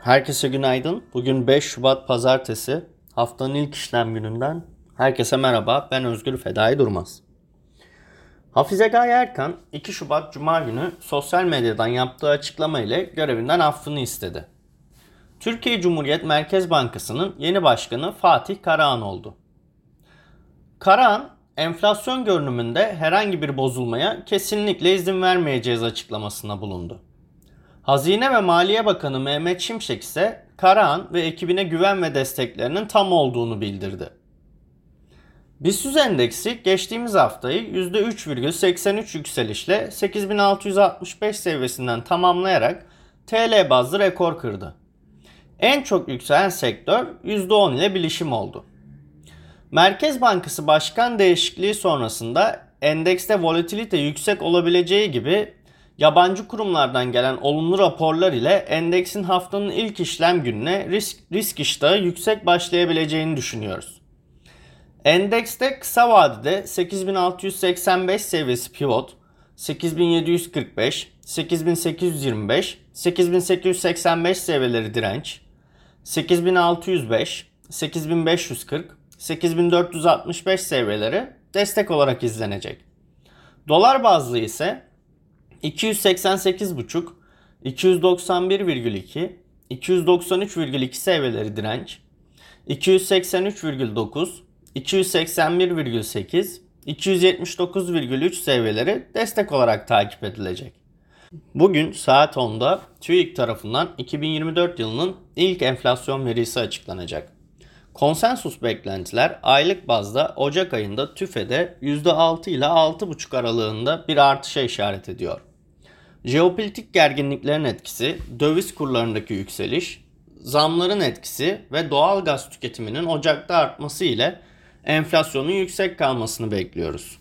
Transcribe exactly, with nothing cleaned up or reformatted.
Herkese günaydın. Bugün beş Şubat Pazartesi. Haftanın ilk işlem gününden herkese merhaba. Ben Özgür Fedai Durmaz. Hafize Gaye Erkan iki Şubat Cuma günü sosyal medyadan yaptığı açıklama ile görevinden affını istedi. Türkiye Cumhuriyet Merkez Bankası'nın yeni başkanı Fatih Karahan oldu. Karahan, enflasyon görünümünde herhangi bir bozulmaya kesinlikle izin vermeyeceğiz açıklamasında bulundu. Hazine ve Maliye Bakanı Mehmet Şimşek ise Karahan ve ekibine güven ve desteklerinin tam olduğunu bildirdi. BIST endeksi geçtiğimiz haftayı yüzde üç virgül seksen üç yükselişle sekiz bin altı yüz altmış beş seviyesinden tamamlayarak T L bazlı rekor kırdı. En çok yükselen sektör yüzde on ile bilişim oldu. Merkez Bankası Başkan değişikliği sonrasında endekste volatilite yüksek olabileceği gibi yabancı kurumlardan gelen olumlu raporlar ile endeksin haftanın ilk işlem gününe risk, risk iştahı yüksek başlayabileceğini düşünüyoruz. Endekste kısa vadede sekiz bin altı yüz seksen beş seviyesi pivot, sekiz bin yedi yüz kırk beş, sekiz bin sekiz yüz yirmi beş, sekiz bin sekiz yüz seksen beş seviyeleri direnç, sekiz bin altı yüz beş, sekiz bin beş yüz kırk, sekiz bin dört yüz altmış beş seviyeleri destek olarak izlenecek. Dolar bazlı ise iki yüz seksen sekiz virgül beş, iki yüz doksan bir virgül iki, iki yüz doksan üç virgül iki seviyeleri direnç, iki yüz seksen üç virgül dokuz, iki yüz seksen bir virgül sekiz, iki yüz yetmiş dokuz virgül üç seviyeleri destek olarak takip edilecek. Bugün saat onda TÜİK tarafından iki bin yirmi dört yılının ilk enflasyon verisi açıklanacak. Konsensus beklentiler aylık bazda Ocak ayında TÜFE'de yüzde altı ile altı virgül beş aralığında bir artışa işaret ediyor. Jeopolitik gerginliklerin etkisi, döviz kurlarındaki yükseliş, zamların etkisi ve doğal gaz tüketiminin Ocak'ta artması ile enflasyonun yüksek kalmasını bekliyoruz.